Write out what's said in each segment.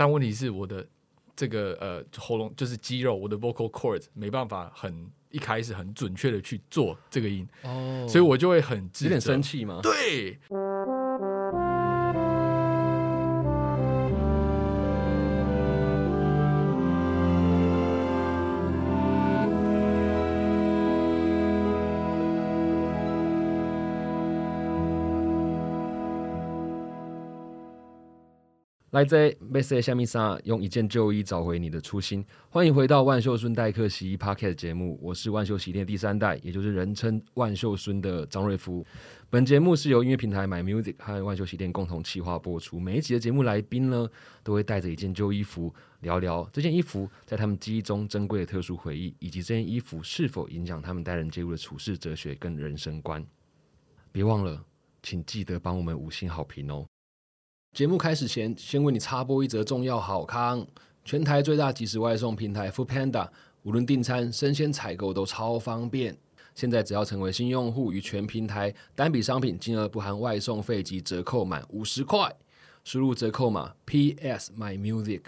但问题是我的这个喉咙就是肌肉，我的 vocal cords 没办法一开始很准确的去做这个音，所以我就会很自责， 有点生气吗？ 对。 来自要说什么啥，用一件旧衣找回你的初心。欢迎回到万秀孙代客洗衣 Podcast 节目，我是万秀洗店第3代，也就是人称万秀孙的张瑞夫。本节目是由音乐平台 My Music 和万秀洗店共同企划播出。每一集的节目来宾呢，都会带着一件旧衣服，聊聊这件衣服在他们记忆中珍贵的特殊回忆，以及这件衣服是否影响他们待人接物的处事哲学跟人生观。别忘了，请记得帮我们5星好评哦。节目开始前，先为你插播一则重要好康。全台最大即时外送平台 Foodpanda， 无论订餐、生鲜采购都超方便。现在只要成为新用户，于全平台单笔商品金额不含外送费及折扣满50块，输入折扣码 PSMyMusic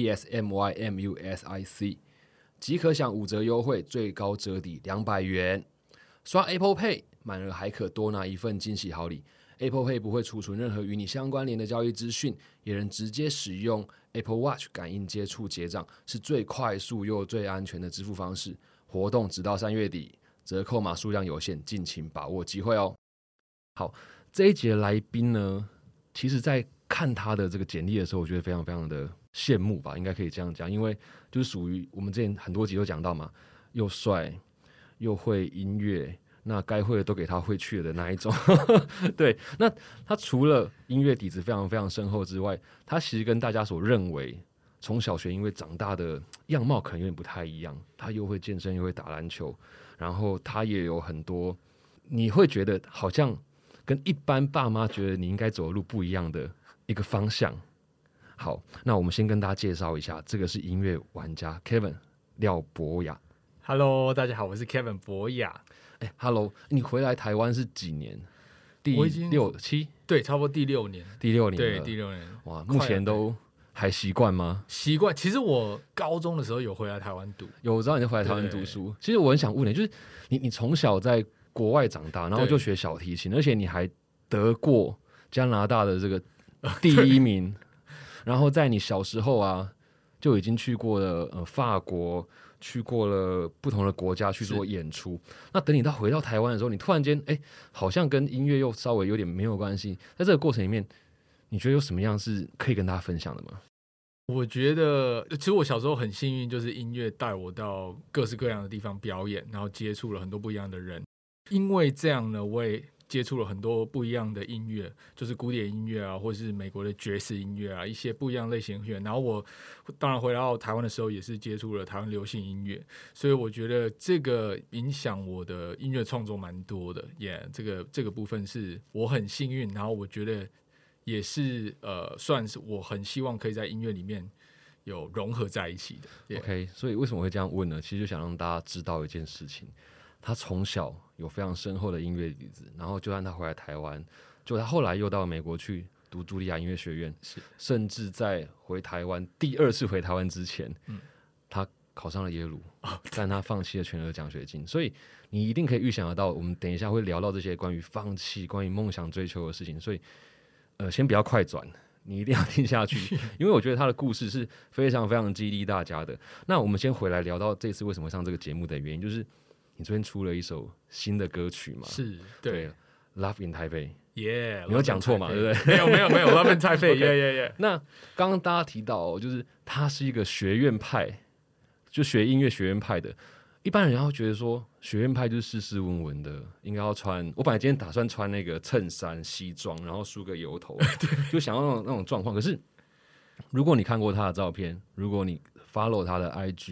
PSMYMUSIC 即可享5折优惠，最高折抵200元。刷 Apple Pay 满额还可多拿一份惊喜好礼。Apple Pay 不会储存任何与你相关联的交易资讯，也能直接使用 Apple Watch 感应接触结账，是最快速又最安全的支付方式。活动直到3月底，折扣码数量有限，敬请把握机会哦。好，这一集的来宾呢，其实在看他的这个简历的时候，我觉得非常非常的羡慕吧，应该可以这样讲，因为就是属于我们之前很多集都讲到嘛，又帅又会音乐。那该会的都给他会去的那一种对，那他除了音乐底子非常非常深厚之外，他其实跟大家所认为从小学因为长大的样貌可能有点不太一样。他又会健身又会打篮球，然后他也有很多你会觉得好像跟一般爸妈觉得你应该走的路不一样的一个方向。好，那我们先跟大家介绍一下，这个是音乐玩家 Kevin 廖博雅。 Hello， 大家好，我是 Kevin 博雅。 Hello， 你回来台湾是几年？ 我已经 6、7？ 对，差不多第6年。 第6年， 对，第6年。 哇，目前都还习惯吗？ 习惯。其实我高中的时候有回来台湾读， 有，我知道你回来台湾读书。其实我很想问你，就是你从小在国外长大，然后就学小提琴，而且你还得过加拿大的这个第1名，然后在你小时候啊就已经去过了法国。去过了不同的国家去做演出，那等你回到台湾的时候，你突然间好像跟音乐又稍微有点没有关系。在这个过程里面，你觉得有什么样是可以跟大家分享的吗？ 我觉得其实我小时候很幸运，就是音乐带我到各式各样的地方表演，然后接触了很多不一样的人。因为这样呢，我也接触了很多不一样的音乐，就是古典音乐啊，或是美国的爵士音乐啊，一些不一样类型的音乐。然后我当然回到台湾的时候，也是接触了台湾流行音乐，所以我觉得这个影响我的音乐创作蛮多的。这个部分是我很幸运，然后我觉得也是算是我很希望可以在音乐里面有融合在一起的。 OK， 所以为什么会这样问呢？其实就想让大家知道一件事情。他从小有非常深厚的音乐底子，然后就算他回来台湾，就他后来又到美国去读茱莉亚音乐学院，甚至在回台湾第2次回台湾之前，他考上了耶鲁，但他放弃了全额奖学金。所以你一定可以预想得到，我们等一下会聊到这些关于放弃、关于梦想追求的事情。所以先不要快转，你一定要听下去，因为我觉得他的故事是非常非常激励大家的。那我们先回来聊到这次为什么上这个节目的原因，就是你昨天出了一首新的歌曲嘛？ 是，对 ，Love in Taipei。 Yeah， 没有讲错嘛？对不对？ 没有 ，Love in Taipei。Yeah。 那刚刚大家提到就是他是一个学院派，就学音乐学院派的。一般人要觉得说学院派就是斯斯文文的，应该要穿。我本来今天打算穿那个衬衫西装，然后梳个油头，就想要那种状况。可是如果你看过他的照片，如果你 follow 他的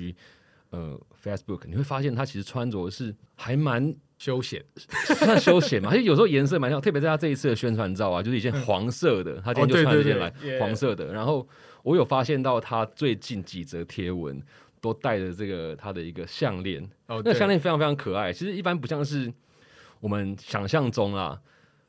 IG。Facebook 你会发现他其实穿着是还蛮休闲， 算休闲嘛，而且有时候颜色蛮像，特别在他这一次的宣传照啊，就是一件黄色的，他今天就穿了一件来黄色的。然后我有发现到他最近几则贴文都带着这个他的一个项链，那项链非常非常可爱。其实一般不像是我们想象中啦，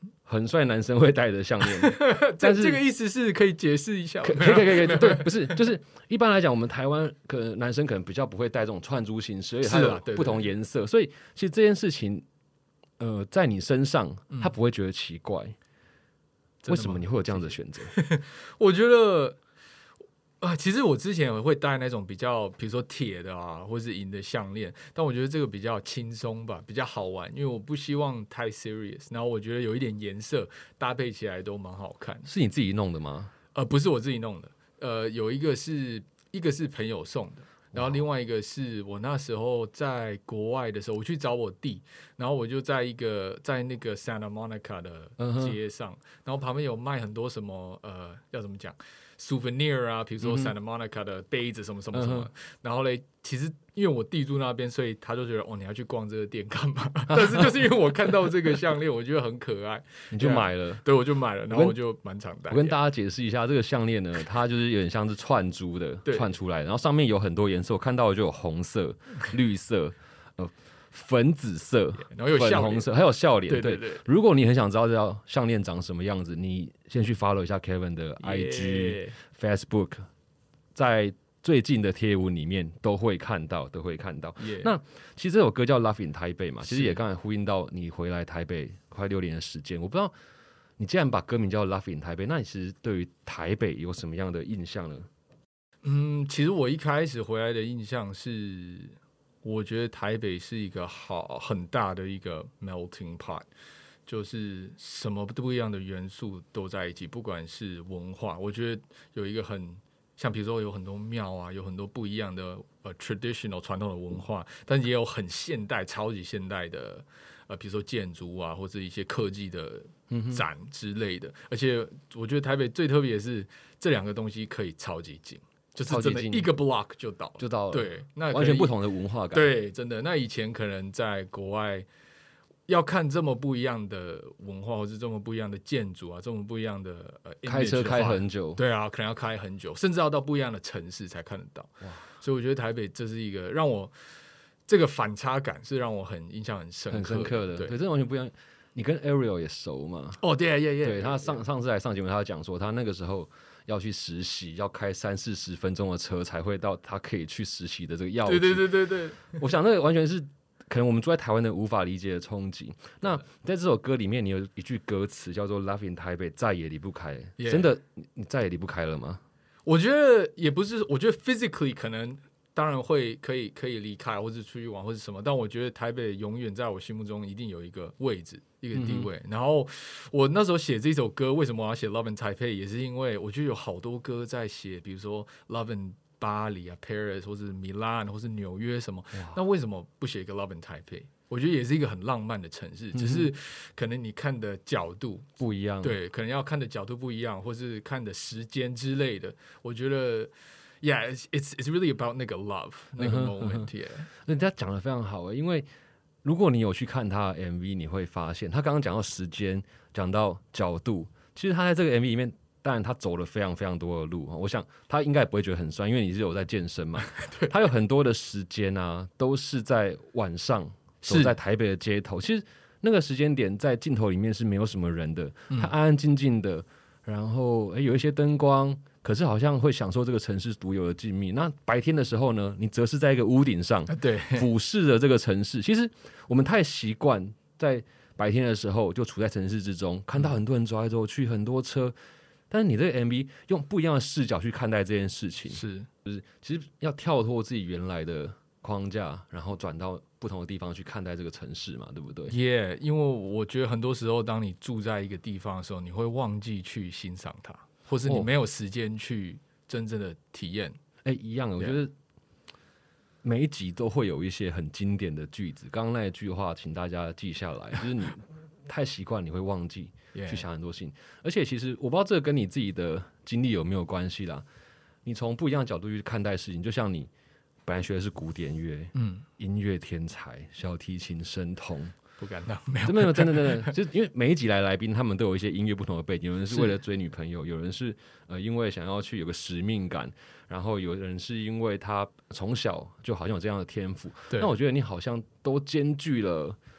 很帅男生会戴的项链，但是这个意思是可以解释一下吗？ 可以，对，不是，就是一般来讲，我们台湾可能男生可能比较不会戴这种串珠形式，而且它有不同颜色，所以其实这件事情，在你身上他不会觉得奇怪。为什么你会有这样的选择？ 我觉得其实我之前也会戴那种比较，比如说铁的啊，或是银的项链，但我觉得这个比较轻松吧，比较好玩，因为我不希望太 serious。然后我觉得有一点颜色搭配起来都蛮好看。 是你自己弄的吗？ 不是我自己弄的，有一个是朋友送的。然后另外一个是我那时候在国外的时候，我去找我弟，然后我就在那个 Santa Monica 的街上，然后旁边有卖很多什么要怎么讲 souvenir 啊，比如说 Santa Monica 的杯子什么什么什么，然后嘞，其实因为我弟住那边，所以他就觉得你要去逛这个店干嘛？但是就是因为我看到这个项链，我觉得很可爱， 你就买了。 对，我就买了，然后我就蛮常戴。 我跟大家解释一下，这个项链呢，它就是有点像是串珠的，串出来，然后上面有很多颜色，我看到的就有红色、绿色、粉紫色， 然后有粉红色，还有笑脸。 对， 如果你很想知道这条项链长什么样子，你先去 follow 一下 Kevin 的 IG、Facebook， 在最近的贴文里面都会看到。那其实这首歌叫 Love in Taipei 嘛，其实也刚才呼应到你回来台北快6年的时间。我不知道你既然把歌名叫 Love in Taipei， 那你其实对于台北有什么样的印象呢？ 其实我一开始回来的印象是，我觉得台北是一个很大的一个 melting pot， 就是什么不一样的元素都在一起，不管是文化，我觉得有一个像比如说有很多庙啊，有很多不一样的traditional 传统的文化，但也有很现代、超级现代的比如说建筑啊，或者一些科技的展之类的。而且我觉得台北最特别的是这两个东西可以超级近。就是真的一个 block 就到了，对，那完全不同的文化感。 对，真的。那以前可能在国外要看这么不一样的文化，或是这么不一样的建筑啊，这么不一样的开车开很久， 对啊，可能要开很久，甚至要到不一样的城市才看得到。所以我觉得台北这是一个让我这个反差感是让我很印象很深刻的。 对，这完全不一样。你跟 Ariel 也熟吗？ 对， 他上次来上节目，他讲说他那个时候要去实习，要开30-40分钟的车才会到他可以去实习的这个要旨。 对， 我想那个完全是可能我们住在台湾的无法理解的冲击。那在这首歌里面，你有一句歌词叫做 "Love in Taipei"， 再也离不开。真的，你再也离不开了吗？ 我觉得也不是，我觉得 physically 可能。当然可以离开，或者出去玩，或者什么。但我觉得台北永远在我心目中一定有一个位置，一个地位。然后我那时候写这首歌，为什么我要写 Love in Taipei， 也是因为我觉得有好多歌在写，比如说 Love in 巴黎啊 Paris， 或是米兰，或是纽约什么。那为什么不写一个 Love in Taipei？ 我觉得也是一个很浪漫的城市，只是可能你看的角度不一样， 对，可能要看的角度不一样，或是看的时间之类的。我觉得。Yeah, it's really about 那个 love 那个 moment. Yeah， 人家讲的非常好，因为如果你有去看他的 MV， 你会发现他刚刚讲到时间，讲到角度，其实他在这个 MV 里面，当然他走了非常非常多的路。我想他应该也不会觉得很酸，因为你是有在健身嘛。他有很多的时间啊，都是在晚上走在台北的街头。其实那个时间点在镜头里面是没有什么人的，他安安静静的，然后有一些灯光。可是好像会享受这个城市独有的静谧。那白天的时候呢，你则是在一个屋顶上， 对， 俯视着这个城市。其实我们太习惯在白天的时候就处在城市之中，看到很多人走来走去，很多车。但是你这个 MV 用不一样的视角去看待这件事情，就是其实要跳脱自己原来的框架，然后转到不同的地方去看待这个城市嘛，对不对？ 因为我觉得很多时候，当你住在一个地方的时候，你会忘记去欣赏它。或是你没有时间去真正的体验， 一样的。我觉得每一集都会有一些很经典的句子。刚刚那一句话，请大家记下来，就是你太习惯，你会忘记去想很多事情。而且其实我不知道这个跟你自己的经历有没有关系啦。你从不一样的角度去看待事情，就像你本来学的是古典乐，音乐天才，小提琴神童。 不敢当， 没有，真的，就是因为每一集来宾，他们都有一些音乐不同的背景。有人是为了追女朋友，有人是因为想要去有个使命感，然后有人是因为他从小就好像有这样的天赋。那我觉得你好像都兼具了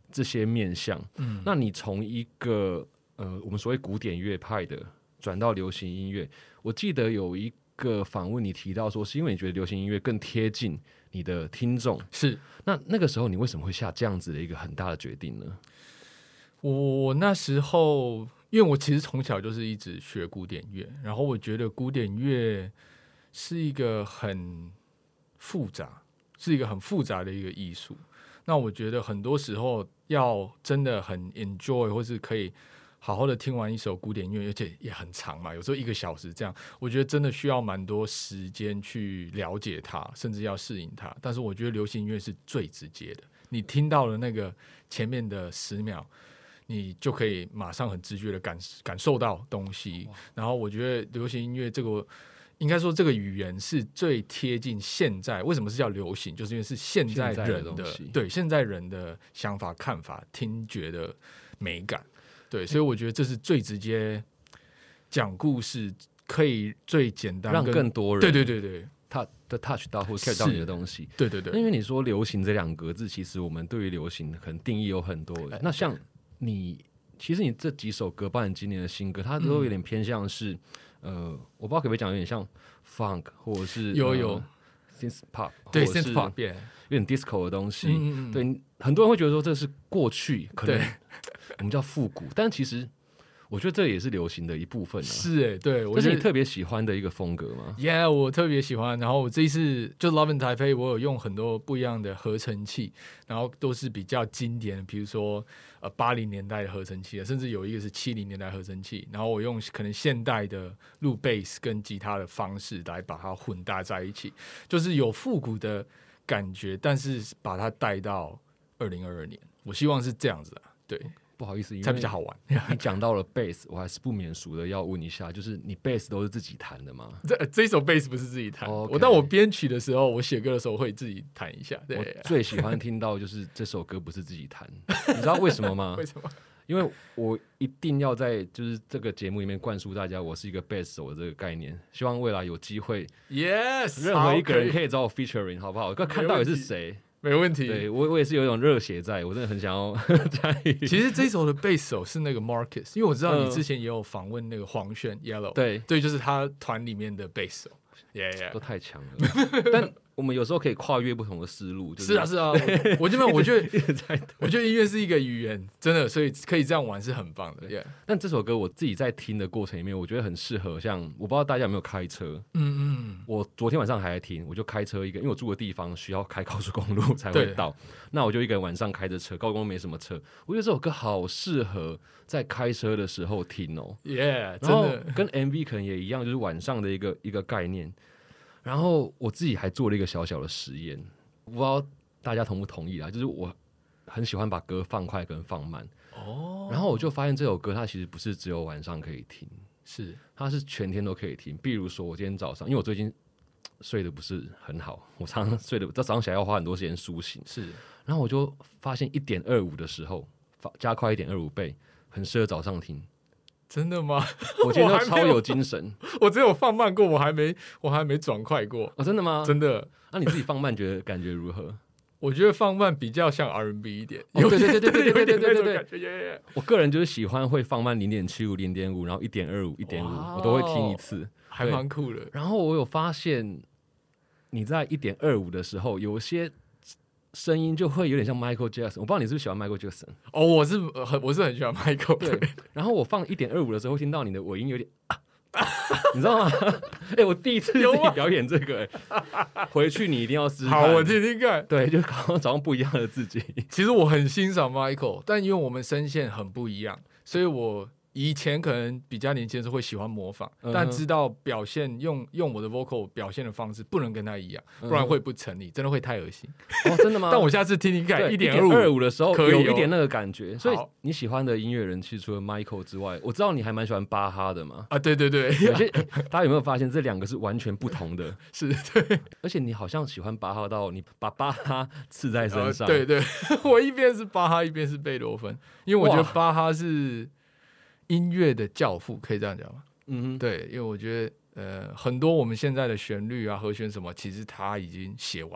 这些面向。那你从一个我们所谓古典乐派的转到流行音乐，我记得有一个访问你提到说，是因为你觉得流行音乐更贴近你的听众。 是， 那个时候你为什么会下这样子的一个很大的决定呢？ 我那时候，因为我其实从小就是一直学古典乐，然后我觉得古典乐是一个很复杂的一个艺术。那我觉得很多时候要真的很 enjoy， 或是可以好好的听完一首古典乐，而且也很长嘛，有时候1个小时这样，我觉得真的需要蛮多时间去了解它，甚至要适应它。但是我觉得流行音乐是最直接的，你听到了那个前面的10秒，你就可以马上很直觉的感受到东西。然后我觉得流行音乐这个，应该说这个语言是最贴近现在。为什么是叫流行？就是因为是现在人的对现在人的想法、看法、听觉的美感。对，所以我觉得这是最直接讲故事，可以最简单让更多人对他的 touch 到或 catch 到你的东西。 对。 因为你说流行这2个字，其实我们对于流行可能定义有很多。那像你，其实你这几首歌，包含今年的新歌，它都有点偏向是我不知道可不可以讲，有点像 funk 或者是有 synth pop， 对 synth pop 有点 disco 的东西。对，很多人会觉得说这是过去，可能我们叫复古，但其实我觉得这也是流行的一部分。 是对， 这是你特别喜欢的一个风格吗？ Yeah， 我特别喜欢。然后我这一次就 Love in Taipei， 我有用很多不一样的合成器，然后都是比较经典的，比如说80年代的合成器，甚至有一个是70年代合成器。然后我用可能现代的录贝斯跟吉他的方式来把它混搭在一起，就是有复古的感觉，但是把它带到2022年。我希望是这样子的，对。 不好意思，因为才比较好玩。 你讲到了 bass， 我还是不免俗的要问一下，就是你 bass 都是自己弹的吗？ 这一首 bass 不是自己弹， okay， 但我编曲的时候，我写歌的时候会自己弹一下。对， 我最喜欢听到就是这首歌不是自己弹，你知道为什么吗？ 为什么？ 因为我一定要在就是这个节目里面灌输大家，我是一个 bass 手的这个概念。希望未来有机会 ，yes， 任何一个人可以找我 featuring， 好不好？看到底是谁。 没问题， 对我也是有一种热血在，我真的很想要参与。 其实这一首的贝斯手是那个 Marcus， 因为我知道你之前也有访问那个黄轩 Yellow， 对，就是他团里面的贝斯手， 都太强了。但我们有时候可以跨越不同的思路。 是啊，我觉得音乐是一个语言，真的，所以可以这样玩是很棒的。 但这首歌我自己在听的过程里面，我觉得很适合。像我不知道大家有没有开车，我昨天晚上还在听，我就开车因为我住的地方需要开高速公路才会到，那我就一个人晚上开着车，高速公路没什么车，我觉得这首歌好适合在开车的时候听哦。 然后跟 MV 可能也一样，就是晚上的一个概念。然后我自己还做了一个小小的实验，我不知道大家同不同意啦，就是我很喜欢把歌放快跟放慢。然后我就发现这首歌它其实不是只有晚上可以听，它是全天都可以听。比如说我今天早上，因为我最近睡得不是很好，我常常睡得早上起来要花很多时间苏醒，然后我就发现 1.25 的时候加快 1.25 倍，很适合早上听。 真的吗？ 我今天都超有精神。 我只有放慢过，我还没转快过。 真的吗？ 真的。 那你自己放慢感觉如何？ 我觉得放慢比较像 R&B 一点。 对，我个人就是喜欢会放慢 0.75 0.5 然后 1.25 1.5 我都会听一次， 还蛮酷的。 然后我有发现你在 1.25 的时候有些声音就会有点像 Michael Jackson， 我不知道你是不是喜欢 Michael Jackson。 我是很喜欢 Michael。 对，然后我放 1.25 的时候会听到你的尾音有点你知道吗？我第一次自己表演这个，回去你一定要试试看。 好，我听听看。 对，就找到不一样的自己。 其实我很欣赏 Michael， 但因为我们声线很不一样，所以我以前可能比较年轻的时候会喜欢模仿，但知道表现用我的 vocal 表现的方式不能跟他一样，不然会不成立，真的会太恶心。 真的吗？ 但我下次听听看 1.25 的时候有一点那个感觉。所以你喜欢的音乐人其实除了 Michael 之外，我知道你还蛮喜欢巴哈的嘛。 对， 大家有没有发现这2个是完全不同的？ 是，对。 而且你好像喜欢巴哈到你把巴哈刺在身上。 对，我一边是巴哈，一边是贝多芬，因为我觉得巴哈是音乐的教父，可以这样讲吗？对，因为我觉得很多我们现在的旋律啊、和弦什么，其实他已经写完了。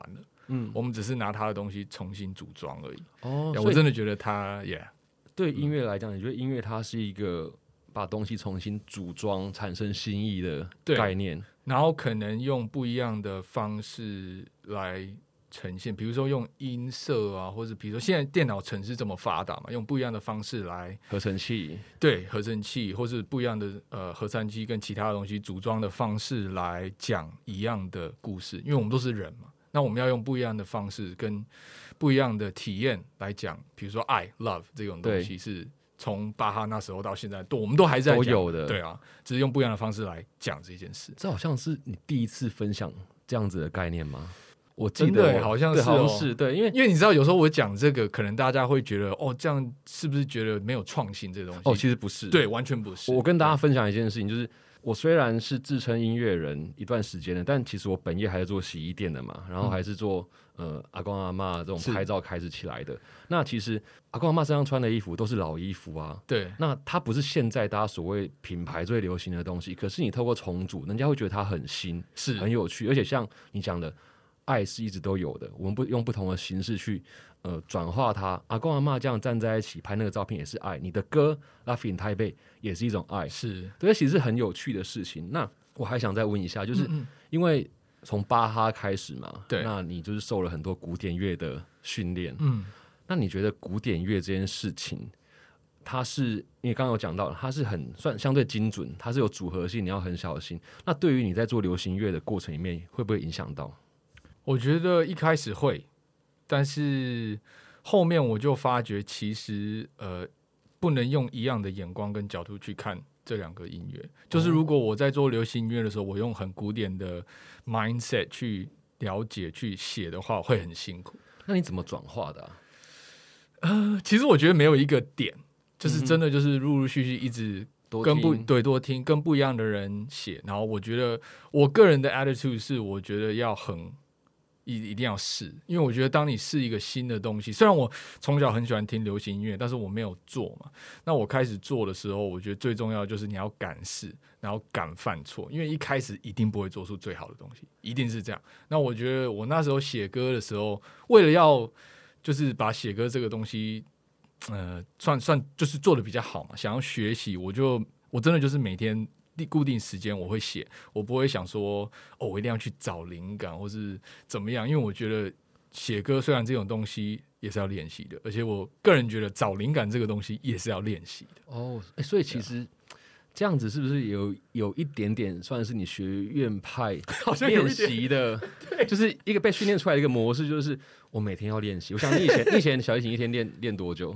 我们只是拿他的东西重新组装而已。 所以我真的觉得他对音乐来讲，你觉得音乐它是一个把东西重新组装产生新意的概念， 然后可能用不一样的方式来呈现，比如说用音色啊，或者比如说现在电脑程式这么发达嘛，用不一样的方式来合成器， 对，合成器或是不一样的合成机跟其他的东西组装的方式来讲一样的故事，因为我们都是人嘛，那我们要用不一样的方式跟不一样的体验来讲，比如说爱 love 这种东西是从巴哈那时候到现在，我们都还在讲都有的， 对啊，只是用不一样的方式来讲这件事。 这好像是你第一次分享这样子的概念吗？我记得好像是对，因为你知道，有时候我讲这个，可能大家会觉得这样是不是觉得没有创新这个东西？ 其实不是， 对，完全不是。 我跟大家分享一件事情，就是我虽然是自称音乐人一段时间了，但其实我本业还是做洗衣店的嘛，然后还是做阿公阿嬷这种拍照开始起来的。那其实阿公阿嬷身上穿的衣服都是老衣服啊， 对。 那它不是现在大家所谓品牌最流行的东西，可是你透过重组，人家会觉得它很新， 是很有趣，而且像你讲的。爱是一直都有的，我们用不同的形式去转化它。阿公阿嬷这样站在一起拍那个照片也是爱，你的歌《Love in Taipei》也是一种爱， 是对，其实是很有趣的事情。那我还想再问一下，就是因为从巴哈开始嘛， 对， 那你就是受了很多古典乐的训练，那你觉得古典乐这件事情，它是因为刚刚有讲到，它是很算相对精准，它是有组合性，你要很小心。那对于你在做流行乐的过程里面，会不会影响到？ 我觉得一开始会，但是后面我就发觉，其实不能用一样的眼光跟角度去看这两个音乐。就是如果我在做流行音乐的时候，我用很古典的 mindset 去了解、去写的话，会很辛苦。 那你怎么转化的啊？ 其实我觉得没有一个点，就是真的就是陆陆续续一直多听，跟不一样的人写。然后我觉得我个人的 attitude 是，我觉得要一定要试，因为我觉得当你试一个新的东西，虽然我从小很喜欢听流行音乐，但是我没有做嘛。那我开始做的时候，我觉得最重要的就是你要敢试，然后敢犯错，因为一开始一定不会做出最好的东西，一定是这样。那我觉得我那时候写歌的时候，为了要就是把写歌这个东西，算就是做的比较好嘛，想要学习，我真的就是每天固定时间我会写，我不会想说我一定要去找灵感或是怎么样，因为我觉得写歌虽然这种东西也是要练习的，而且我个人觉得找灵感这个东西也是要练习的。 所以其实这样子是不是有一点点算是你学院派练习的，就是一个被训练出来的一个模式，就是我每天要练习。我想你以前小提琴一天练多久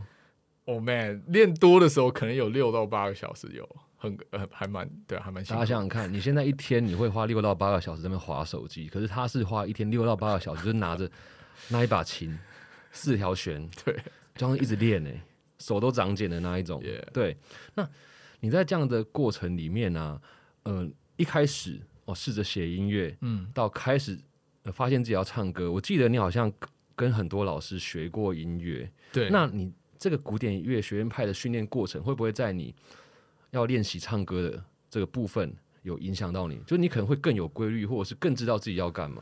？man， 练多的时候可能有6到8个小时有。还蛮辛苦。 大家想想看，你现在一天你会花6到8个小时在那边滑手机，可是他是花一天6到8个小时，就是拿着那一把琴4条弦， 对， 这样一直练手都长茧的那一种。对，那你在这样的过程里面呢，一开始试着写音乐，到开始发现自己要唱歌。我记得你好像跟很多老师学过音乐， 对， 那你这个古典乐学院派的训练过程，会不会在你要练习唱歌的这个部分有影响到你？就你可能会更有规律，或者是更知道自己要干嘛？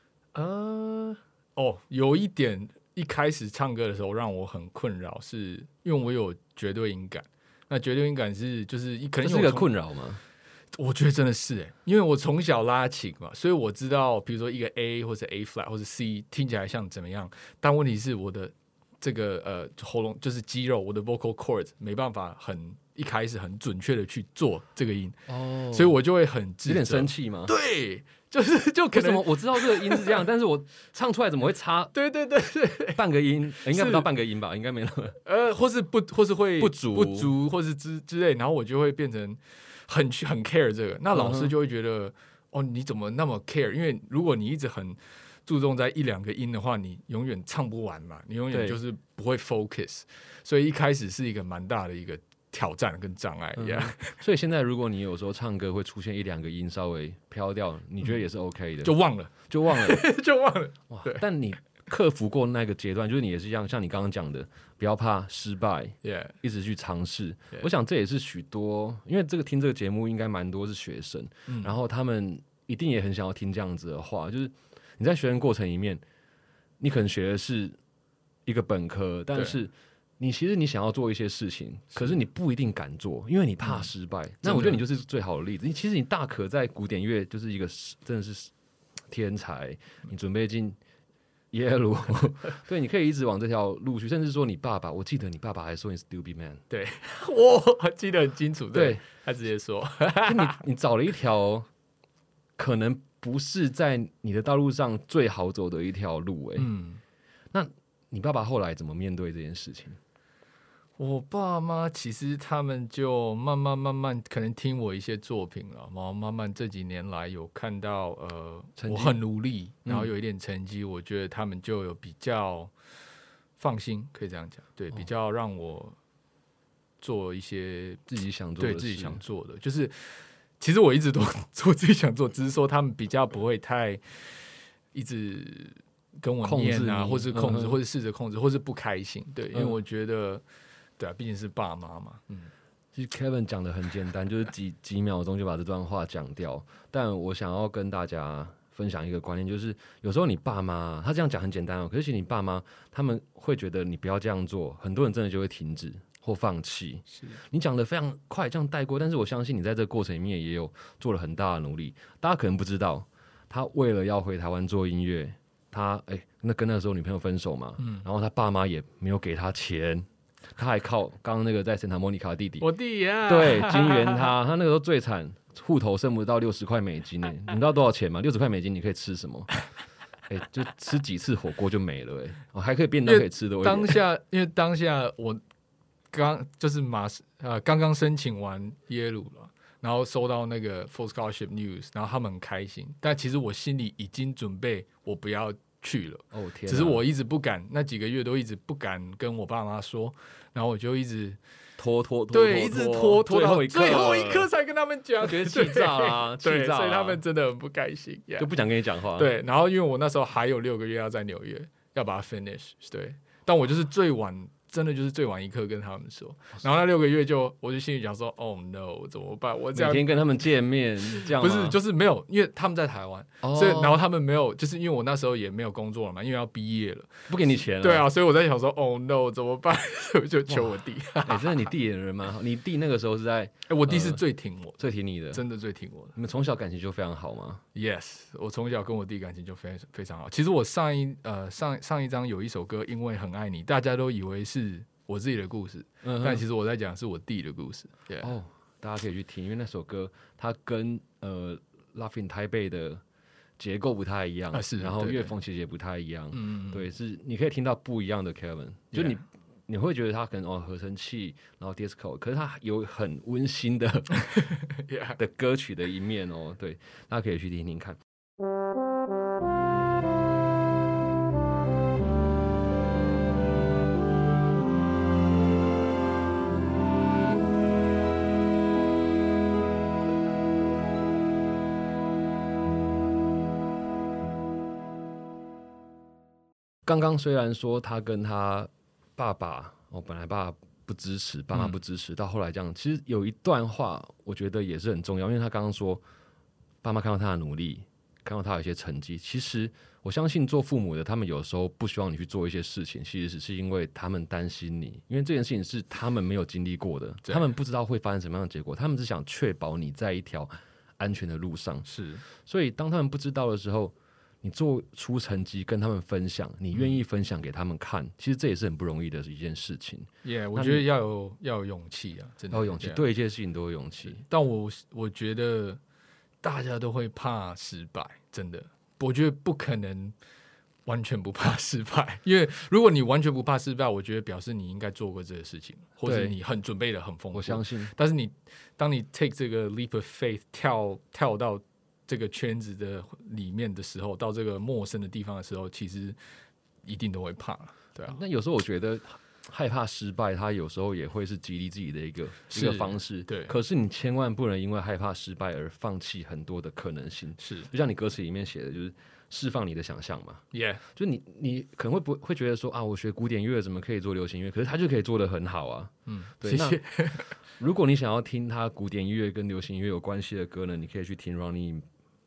有一点，一开始唱歌的时候让我很困扰，是因为我有绝对音感。那绝对音感就是可能是个困扰吗？ 我觉得真的是因为我从小拉琴嘛，所以我知道，比如说一个 A 或者 A flat 或者 C 听起来像怎么样，但问题是我的这个喉咙就是肌肉，我的 vocal cords 没办法一开始很准确的去做这个音，所以我就会很自责， 有点生气吗？ 对，就可能我知道这个音是这样，但是我唱出来怎么会差？ 对， 半个音应该不到半个音吧？应该没那么或是会不足， 或是之类，然后我就会变成很 care 这个，那老师就会觉得你怎么那么 care？ 因为如果你一直很注重在1-2个音的话，你永远唱不完嘛，你永远就是不会 focus， 所以一开始是一个蛮大的一个挑战跟障碍所以现在如果你有时候唱歌会出现1-2个音稍微飘掉，你觉得也是 OK 的？ 就忘了就忘了哇！ 但你克服过那个阶段，就是你也是像你刚刚讲的，不要怕失败，一直去尝试。我想这也是许多，因为听这个节目应该蛮多是学生，然后他们一定也很想要听这样子的话，就是你在学生过程里面， 你可能学的是一个本科，但是其实你想要做一些事情，可是你不一定敢做，因为你怕失败。那我觉得你就是最好的例子。其实你大可在古典乐就是一个真的是天才，你准备进耶鲁，对，你可以一直往这条路去，甚至说你爸爸，我记得你爸爸还说你是 stupid man， 对，我记得很清楚， 对， 他直接说， 你找了一条可能不是在你的道路上最好走的一条路，那你爸爸后来怎么面对这件事情？ 我爸妈其实他们就慢慢可能听我一些作品了，然后慢慢这几年来有看到我很努力，然后有一点成绩，我觉得他们就有比较放心，可以这样讲，对，比较让我做一些自己想做的事， 对自己想做的，就是其实我一直都做自己想做，只是说他们比较不会太一直跟我念啊，或是控制，或是试着控制，或是不开心，对，因为我觉得。对啊，毕竟是爸妈嘛。 其实 Kevin 讲的很简单，就是几秒钟就把这段话讲掉。但我想要跟大家分享一个观念，就是有时候你爸妈他这样讲很简单哦，可是你爸妈他们会觉得你不要这样做，很多人真的就会停止或放弃。你讲的非常快，这样带过，但是我相信你在这个过程里面也有做了很大的努力。大家可能不知道，他为了要回台湾做音乐，他那跟那时候女朋友分手嘛，然后他爸妈也没有给他钱。他还靠刚刚那个在圣塔莫尼卡的弟弟， 我弟呀， 对，金援他那个时候最惨，户头剩不到60块美金呢。你知道多少钱吗？60块美金你可以吃什么？就吃几次火锅就没了还可以便当可以吃的。 因为当下我就是刚刚申请完耶鲁了，然后收到那个 full scholarship news， 然后他们很开心，但其实我心里已经准备我不要去了， 天， 只是我一直不敢，那几个月都一直不敢跟我爸妈说，然后我就一直拖， 对，一直拖到最后一刻才跟他们讲， 觉得气炸啊， 对，所以他们真的很不开心， 就不想跟你讲话。 对，然后因为我那时候还有6个月要在纽约，要把它 finish， 对，但我就是真的就是最晚一刻跟他们说，然后那6个月我就心里讲说 ，Oh no， 怎么办？我这样每天跟他们见面，这样不是就是没有，因为他们在台湾，所以然后他们没有，就是因为我那时候也没有工作了嘛，因为要毕业了， 不给你钱了， 对啊，所以我在想说 ，Oh no， 怎么办？我就求我弟。 真的，你弟也人蛮好。你弟那个时候是在， 我弟是最挺我， 最挺你的， 真的最挺我的。 你们从小感情就非常好吗 ？Yes， 我从小跟我弟感情就非常好。其实我上一张有一首歌，因为很爱你，大家都以为是我自己的故事，但其实我在讲是我弟的故事。 大家可以去听，因为那首歌它跟Laughing 台北的结构不太一样，然后乐风其实也不太一样，对，是你可以听到不一样的 Kevin， 就你会觉得他可能合成器，然后 disco， 可是他有很温馨的的歌曲的一面对，大家可以去听听看。刚刚虽然说他跟他爸爸本来爸爸不支持，爸妈不支持，到后来这样，其实有一段话我觉得也是很重要，因为他刚刚说爸妈看到他的努力，看到他有一些成绩，其实我相信做父母的他们有时候不希望你去做一些事情，其实只是因为他们担心你，因为这件事情是他们没有经历过的，他们不知道会发生什么样的结果，他们只想确保你在一条安全的路上， 是， 所以当他们不知道的时候，你做出成绩跟他们分享，你愿意分享给他们看，其实这也是很不容易的一件事情。 我觉得要有勇气啊，真的要有勇气，对一件事情都有勇气。 但我觉得大家都会怕失败，真的，我觉得不可能完全不怕失败，因为如果你完全不怕失败，我觉得表示你应该做过这个事情，或者你很准备的很丰富。 我相信， 但是当你 take 这个 leap of faith 跳到这个圈子的里面的时候，到这个陌生的地方的时候，其实一定都会怕，对啊。 那有时候我觉得害怕失败，它有时候也会是激励自己的一个方式。 对， 可是你千万不能因为害怕失败而放弃很多的可能性。 是， 就像你歌词里面写的，就是释放你的想象嘛。 就你可能会觉得说我学古典乐怎么可以做流行乐？可是他就可以做得很好啊。对。 谢谢。 如果你想要听他古典音乐跟流行音乐有关系的歌呢，你可以去听 Ronnie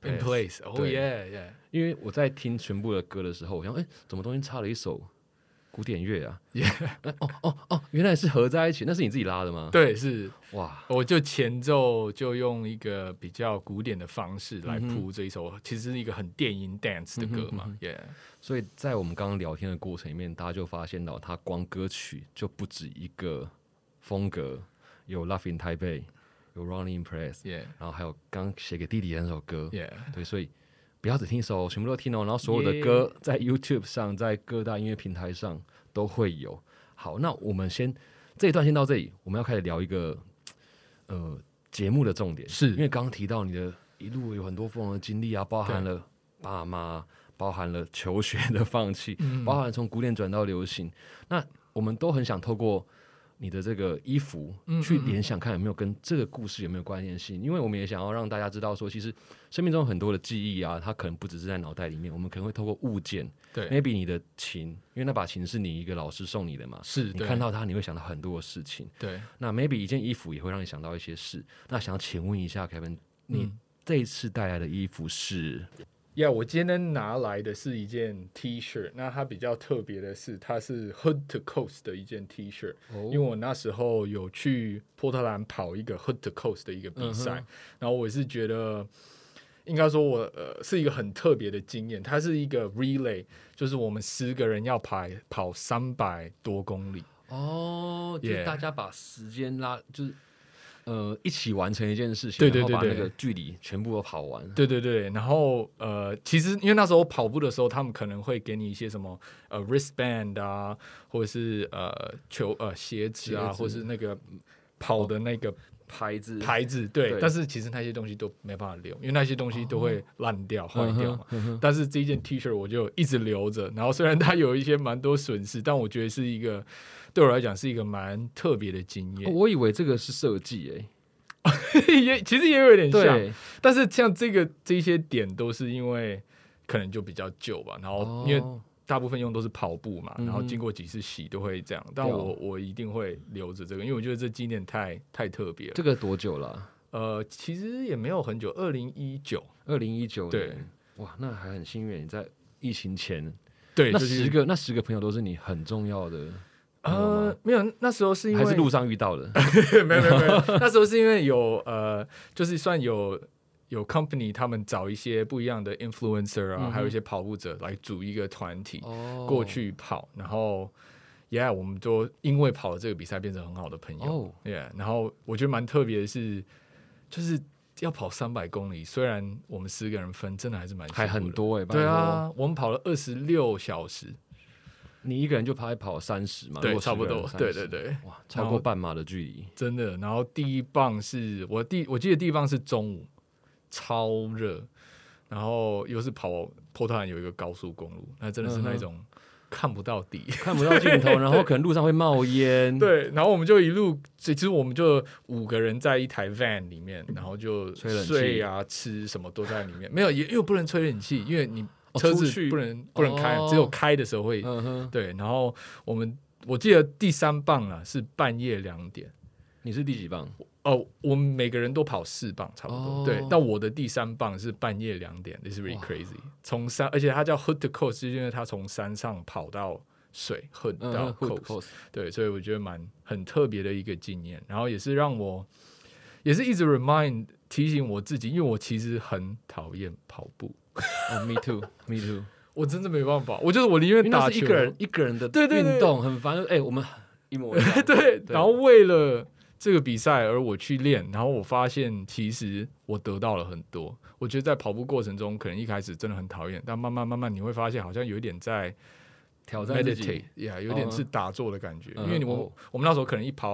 In place， 哦耶， 因为我在听全部的歌的时候，我想，怎么中间插了一首古典乐啊？原来是合在一起，那是你自己拉的吗？ 对，是哇， 我就前奏就用一个比较古典的方式来铺这一首，其实是一个很电音 dance 的歌嘛， 所以在我们刚刚聊天的过程里面，大家就发现到，它光歌曲就不止一个风格，有 Love in Taipei， 有 Running Press， 然后还有刚写给弟弟的那首歌，对，所以不要只听一首，全部都听哦。然后所有的歌在 YouTube 上，在各大音乐平台上都会有。好，那我们这一段先到这里，我们要开始聊一个节目的重点， 是因为刚刚提到你的一路有很多不同的经历啊，包含了爸妈，包含了求学的放弃，包含了从古典转到流行。那我们都很想透过你的这个衣服去联想，看有没有跟这个故事有没有关联性。因为我们也想要让大家知道说，其实生命中很多的记忆啊，它可能不只是在脑袋里面，我们可能会透过物件， 对 ，maybe 你的琴，因为那把琴是你一个老师送你的嘛， 是你看到它，你会想到很多的事情。 对， 那 maybe 一件衣服也会让你想到一些事。那想请问一下 Kevin， 你这一次带来的衣服是？ 我今天拿来的是一件 T 恤，那它比较特别的是，它是 Hood to Coast 的一件 T 恤，因为我那时候有去波特兰跑一个 Hood to Coast 的一个比赛，然后我是觉得，应该说我是一个很特别的经验，它是一个 relay， 就是我们10个人要跑300多公里， 就是大家把时间拉，就是一起完成一件事情， 对， 然后把那个距离全部都跑完。 对，然后其实因为那时候跑步的时候，他们可能会给你一些什么wristband 啊，或者是鞋子啊，或者是那个跑的那个牌子， 对，但是其实那些东西都没办法留，因为那些东西都会烂掉、坏掉嘛。但是这一件 T 恤我就一直留着，然后虽然它有一些蛮多损失，但我觉得是一个对我来讲是一个蛮特别的经验。 我以为这个是设计其实也有点像， 对， 但是像这些点都是因为可能就比较旧吧，然后因为大部分用都是跑步嘛，然后经过几次洗都会这样，但我一定会留着这个，因为我觉得这纪念太特别了。 这个多久了其实也没有很久，2019 年， 对， 哇，那还很幸运，你在疫情前， 对， 那10个朋友都是你很重要的。 没有，那时候是因为还是路上遇到的， 没有，那时候是因为有就是算有 company 他们找一些不一样的 influencer 啊，还有一些跑步者来组一个团体过去跑，然后我们就因为跑了这个比赛变成很好的朋友，然后我觉得蛮特别的是，就是要跑300公里，虽然我们10个人分，真的还是蛮辛苦的， 还很多对啊，我们跑了26小时。 你一个人就跑30嘛？ 对，差不多。对， 哇，超过半马的距离， 真的。然后第一棒是我记得第一棒是中午，超热，然后又是跑波特兰有一个高速公路，那真的是那种看不到底、 看不到尽头，然后可能路上会冒烟。 对，然后我们就一路，其实我们就5个人在一台 van 里面，然后就睡啊、吃什么都在里面，没有，又不能吹冷气，因为你。车子不能开，只有开的时候会。对，然后我记得第3棒啊是半夜2点。 你是第几棒？ 我们每个人都跑4棒差不多。对，但我的第3棒是半夜2点 ，This is really crazy。而且它叫 Hood to Coast， 是因为它从山上跑到水 Hood 到 Coast。对，所以我觉得很特别的一个经验，然后也是让我也是一直提醒我自己，因为我其实很讨厌跑步。 Me too， 我真的没办法，我宁愿打球， 一个人的运动很烦。我们一模一样。 对，然后为了这个比赛而我去练，然后我发现其实我得到了很多。我觉得在跑步过程中，可能一开始真的很讨厌，但慢慢你会发现，好像有一点在挑战自己， 有点是打坐的感觉。因为我们那时候可能一跑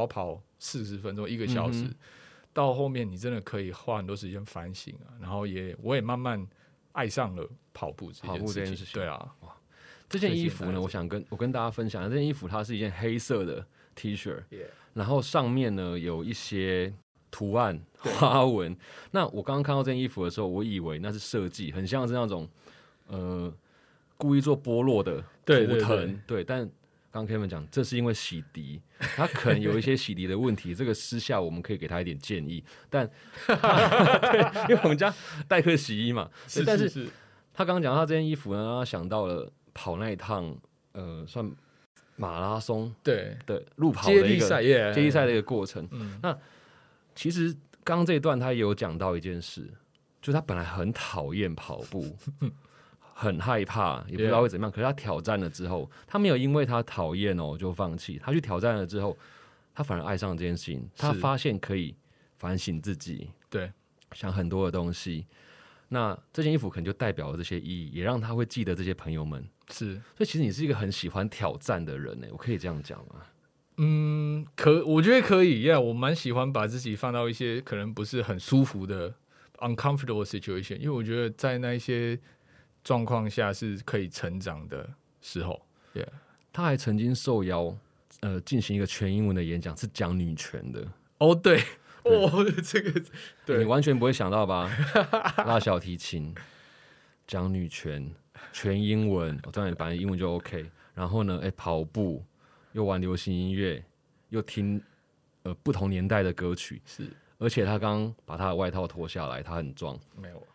40分钟1个小时，到后面你真的可以花很多时间反省啊，然后我也慢慢爱上了跑步这件事情。对啊， 哇，这件衣服呢，我跟大家分享，这件衣服它是一件黑色的 T 恤，然后上面呢有一些图案花纹。那我刚刚看到这件衣服的时候，我以为那是设计，很像是那种故意做剥落的图腾，对，但刚 Kevin 讲，这是因为洗涤，他可能有一些洗涤的问题，这个私下我们可以给他一点建议，但对，因为我们家代客洗衣嘛，但是他刚刚讲到他这件衣服呢，让他想到了跑那一趟算马拉松的路跑的一个接力赛的一个过程。那其实刚刚这一段他也有讲到一件事，就是他本来很讨厌跑步，很害怕，也不知道会怎么样。可是他挑战了之后，他没有因为他讨厌就放弃，他去挑战了之后，他反而爱上这件事情。他发现可以反省自己， 对， 想很多的东西。那这件衣服可能就代表了这些意义，也让他会记得这些朋友们。 是， 所以其实你是一个很喜欢挑战的人我可以这样讲吗？ 我觉得可以我蛮喜欢把自己放到一些可能不是很舒服的 uncomfortable situation， 因为我觉得在那一些状况下是可以成长的时候。 他还曾经受邀进行一个全英文的演讲，是讲女权的。 对，这个对你完全不会想到吧？拉小提琴，讲女权，全英文，当然本来英文就 OK。然后呢，跑步，又玩流行音乐，又听不同年代的歌曲， 是。 而且他刚把他的外套脱下来，他很壮。 没有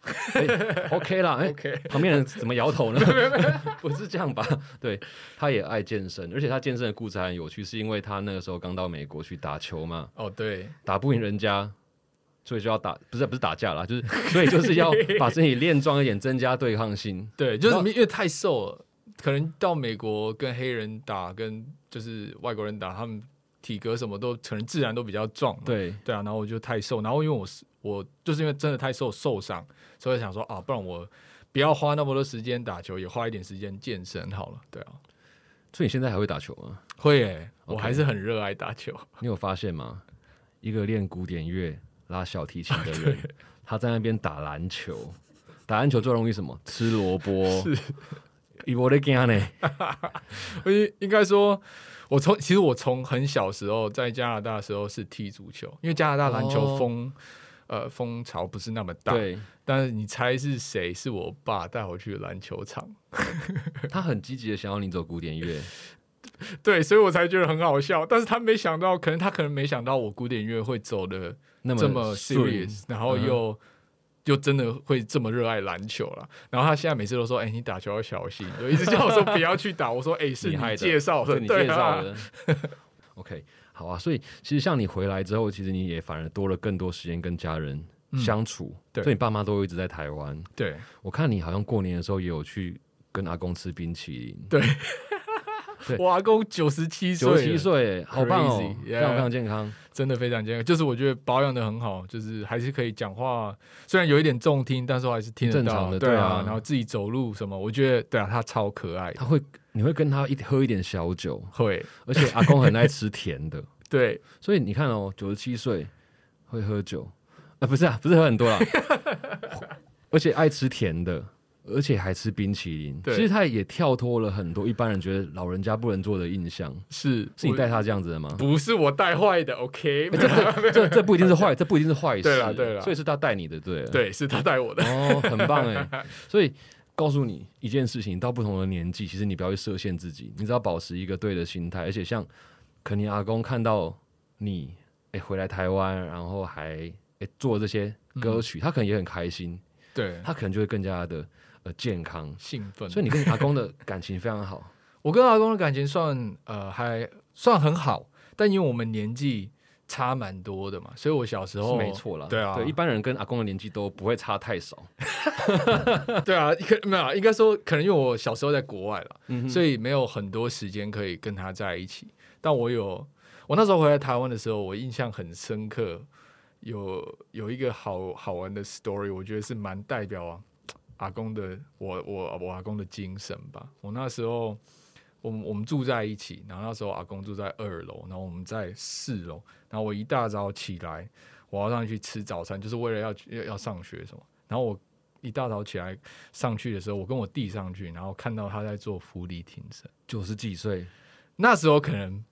，OK 啦 ，OK。 旁边人怎么摇头呢？不是这样吧？对，他也爱健身，而且他健身的故事还很有趣，是因为他那个时候刚到美国去打球嘛。 对， 打不赢人家，所以就要打，不是打架啦，所以就是要把身体练壮一点，增加对抗性。 对，就是因为太瘦了，可能到美国跟黑人打，跟就是外国人打，他们体格什么都可能自然都比较壮。对啊，然后我就太瘦，然后因为我就是因为真的太瘦受伤，所以想说不然我不要花那么多时间打球，也花一点时间健身好了。对啊， 所以你现在还会打球吗？ 会我还是很热爱打球。 你有发现吗？一个练古典乐、拉小提琴的人，他在那边打篮球，打篮球最容易什么？吃萝卜。 是， 我在惊呢。 应该说。其实我从很小时候在加拿大的时候是踢足球，因为加拿大篮球风潮不是那么大。对，但是你猜是谁？是我爸带我去篮球场。 他很积极的想要你走古典乐。 对，所以我才觉得很好笑。但是他没想到，他可能没想到我古典乐会走的这么 serious， 然后又真的会这么热爱篮球了。然后他现在每次都说：“你打球要小心。”就一直叫我说不要去打。我说：“是你介绍的， 你介绍的。”OK， 好啊。所以其实像你回来之后，其实你也反而多了更多时间跟家人相处。所以你爸妈都一直在台湾。 对， 我看你好像过年的时候也有去跟阿公吃冰淇淋。 对。我阿公97岁， 好棒哦，非常非常健康， 真的非常健康。就是我觉得保养的很好，就是还是可以讲话，虽然有一点重听，但是我还是听得到， 正常的。 对啊，然后自己走路什么，我觉得对啊，他超可爱。 你会跟他喝一点小酒， 会， 而且阿公很爱吃甜的， 对， 所以你看97岁会喝酒，不是喝很多啦，而且爱吃甜的。而且还吃冰淇淋，其实他也跳脱了很多一般人觉得老人家不能做的印象。是你带他这样子的吗？ 不是我带坏的 ，OK？ 这不一定是坏，这不一定是坏事。 对了， 所以是他带你的， 对，是他带我的。 很棒哎！所以告诉你一件事情，到不同的年纪，其实你不要去设限自己，你只要保持一个对的心态。而且像可能阿公看到你回来台湾，然后还做这些歌曲，他可能也很开心。 对， 他可能就会更加的健康、 兴奋。 所以你跟阿公的感情非常好。 我跟阿公的感情还算很好，但因为我们年纪差蛮多的嘛，所以我小时候是没错啦。 对啊， 对，一般人跟阿公的年纪都不会差太少。 对啊，没有，应该说可能因为我小时候在国外了，所以没有很多时间可以跟他在一起。但我那时候回来台湾的时候，我印象很深刻。有一个好玩的 story， 我觉得是蛮代表阿公的我阿公的精神吧。我那时候我们住在一起，然后那时候阿公住在2楼，然后我们在4楼。然后我一大早起来，我要上去吃早餐，就是为了要上学什么。然后我一大早起来上去的时候，我跟我弟上去，然后看到他在做伏地挺身 ，90几岁， 那时候可能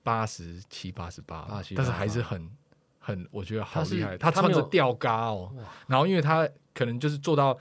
87、88，但是还是很我觉得好厉害。他穿着吊嘎然后因为他可能就是做到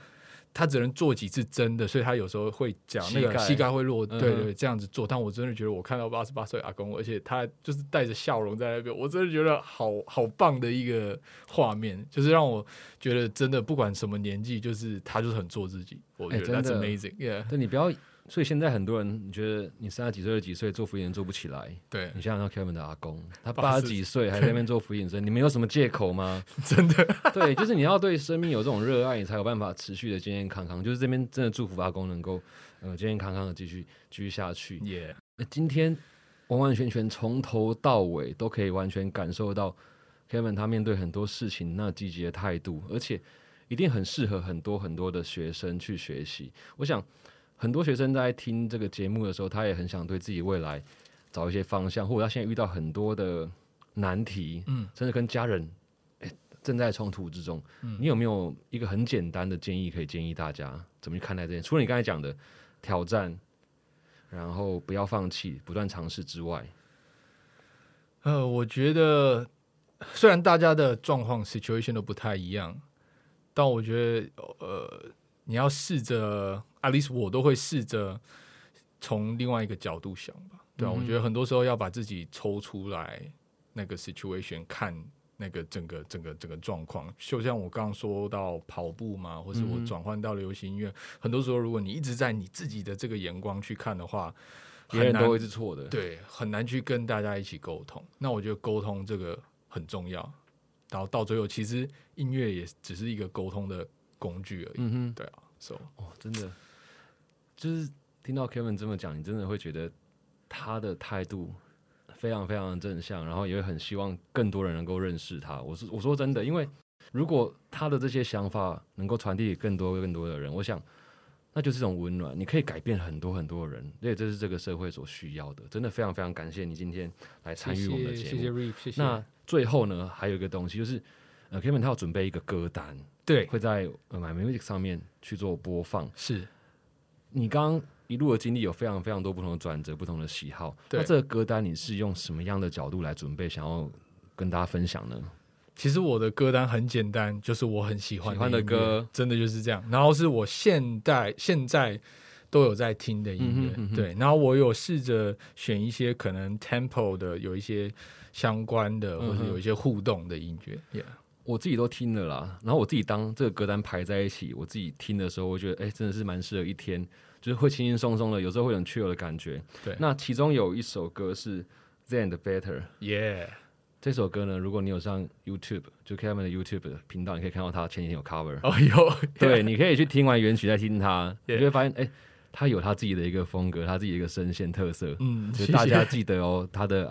他只能做几次真的，所以他有时候会讲那个膝盖会落，对对，这样子做。但我真的觉得我看到88岁阿公，而且他就是带着笑容在那边，我真的觉得好棒的一个画面，就是让我觉得真的不管什么年纪，就是他就是很做自己。我觉得 that's amazing。 对，你不要。所以现在很多人，你觉得你30几岁、20几岁做俯卧撑做不起来， 对， 你想想看 Kevin 的阿公，他80几岁还在那边做俯卧撑，你们有什么借口吗？ 真的， 对，就是你要对生命有这种热爱，你才有办法持续的健健康康。就是这边真的祝福阿公能够健健康康的继续下去。 Yeah. 今天完完全全从头到尾都可以完全感受到 Kevin 他面对很多事情那积极的态度，而且一定很适合很多很多的学生去学习。我想。很多学生在听这个节目的时候，他也很想对自己未来找一些方向，或者他现在遇到很多的难题，甚至跟家人正在冲突之中，你有没有一个很简单的建议可以建议大家怎么去看待这件？除了你刚才讲的挑战，然后不要放弃，不断尝试之外， 我觉得虽然大家的状况 situation 都不太一样，但我觉得你要试着。at least 我都会试着从另外一个角度想吧，对啊，我觉得很多时候要把自己抽出来那个 situation 看那个整个状况，就像我刚刚说到跑步嘛，或是我转换到流行音乐，很多时候如果你一直在你自己的这个眼光去看的话， 别人都会是错的， 对，很难去跟大家一起沟通。那我觉得沟通这个很重要，然后到最后其实音乐也只是一个沟通的工具而已，对啊， 真的。就是听到 Kevin 这么讲，你真的会觉得他的态度非常非常的正向，然后也会很希望更多人能够认识他。我说真的，因为如果他的这些想法能够传递给更多的人，我想那就是一种温暖，你可以改变很多很多的人，而且这是这个社会所需要的。真的非常非常感谢你今天来参与我们的节目， 谢谢 Reef， 谢谢。 那最后呢，还有一个东西就是Kevin 他要准备一个歌单， 对， 会在MyMusic 上面去做播放， 是。 你刚刚一路的经历有非常非常多不同的转折，不同的喜好。那这个歌单你是用什么样的角度来准备，想要跟大家分享呢？ 其实我的歌单很简单，就是我很喜欢的歌， 真的就是这样。然后是我现在都有在听的音乐，对。然后我有试着选一些可能 tempo 的，有一些相关的，或者有一些互动的音乐。 我自己都听了啦，然后我自己当这个歌单排在一起，我自己听的时候，我觉得真的是蛮适合一天，就是会轻轻松松的，有时候会很 chill 的感觉。 对， 那其中有一首歌是 Zen Better， 这首歌呢，如果你有上 YouTube， 就 Kevin 的 YouTube 的频道，你可以看到他前几天有 cover。 有， 对，你可以去听完原曲再听它，你就会发现，他有他自己的一个风格，他自己的一个声线特色。所以大家记得哦，他的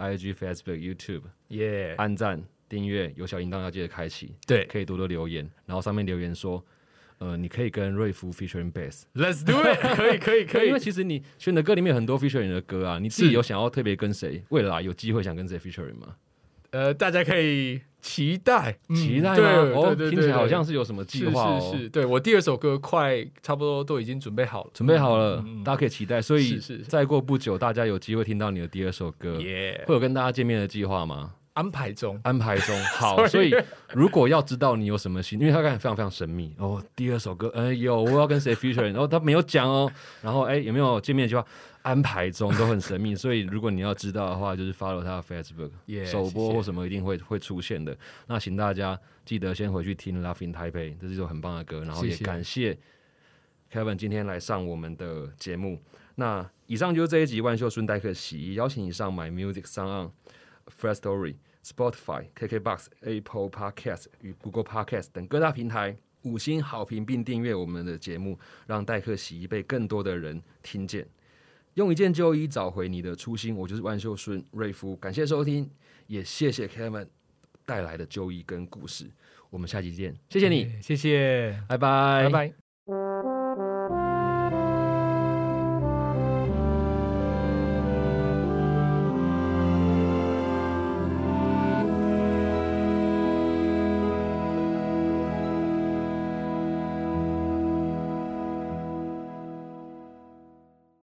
IG、Facebook、YouTube， 按赞。订阅有小铃铛要记得开启， 对， 可以多多留言，然后上面留言说，你可以跟瑞夫 featuring bass，Let's do it， 可以， 因为其实你选的歌里面有很多 featuring 的歌啊，你自己有想要特别跟谁，未来有机会想跟谁 featuring 吗？ 大家可以期待吗？ 对，听起来好像是有什么计划哦。 是，对我第2首歌快差不多都已经准备好了， 大家可以期待。所以再过不久，大家有机会听到你的第2首歌，会有跟大家见面的计划吗？ 安排中， 好，所以如果要知道你有什么新，因为他刚才非常非常神秘哦，第2首歌，我要跟谁 featuring， 然后他没有讲哦，然后有没有见面的计划？安排中都很神秘，所以如果你要知道的话，就是 follow 他的 Facebook， 首播或什么一定会出现的。那请大家记得先回去听 Love in Taipei， 这是一首很棒的歌，然后也感谢 Kevin 今天来上我们的节目。那以上就是这一集万秀孙代客洗衣，邀请你上 MyMusic、SoundOn、Firstory、KKBox、Apple Podcast 与 Google Podcast 等各大平台5星好评并订阅我们的节目，让代客洗衣被更多的人听见。用一件旧衣找回你的初心，我就是万秀孙瑞夫。感谢收听，也谢谢 Kevin 带来的旧衣跟故事。我们下期见，谢谢你， 谢谢， 拜拜。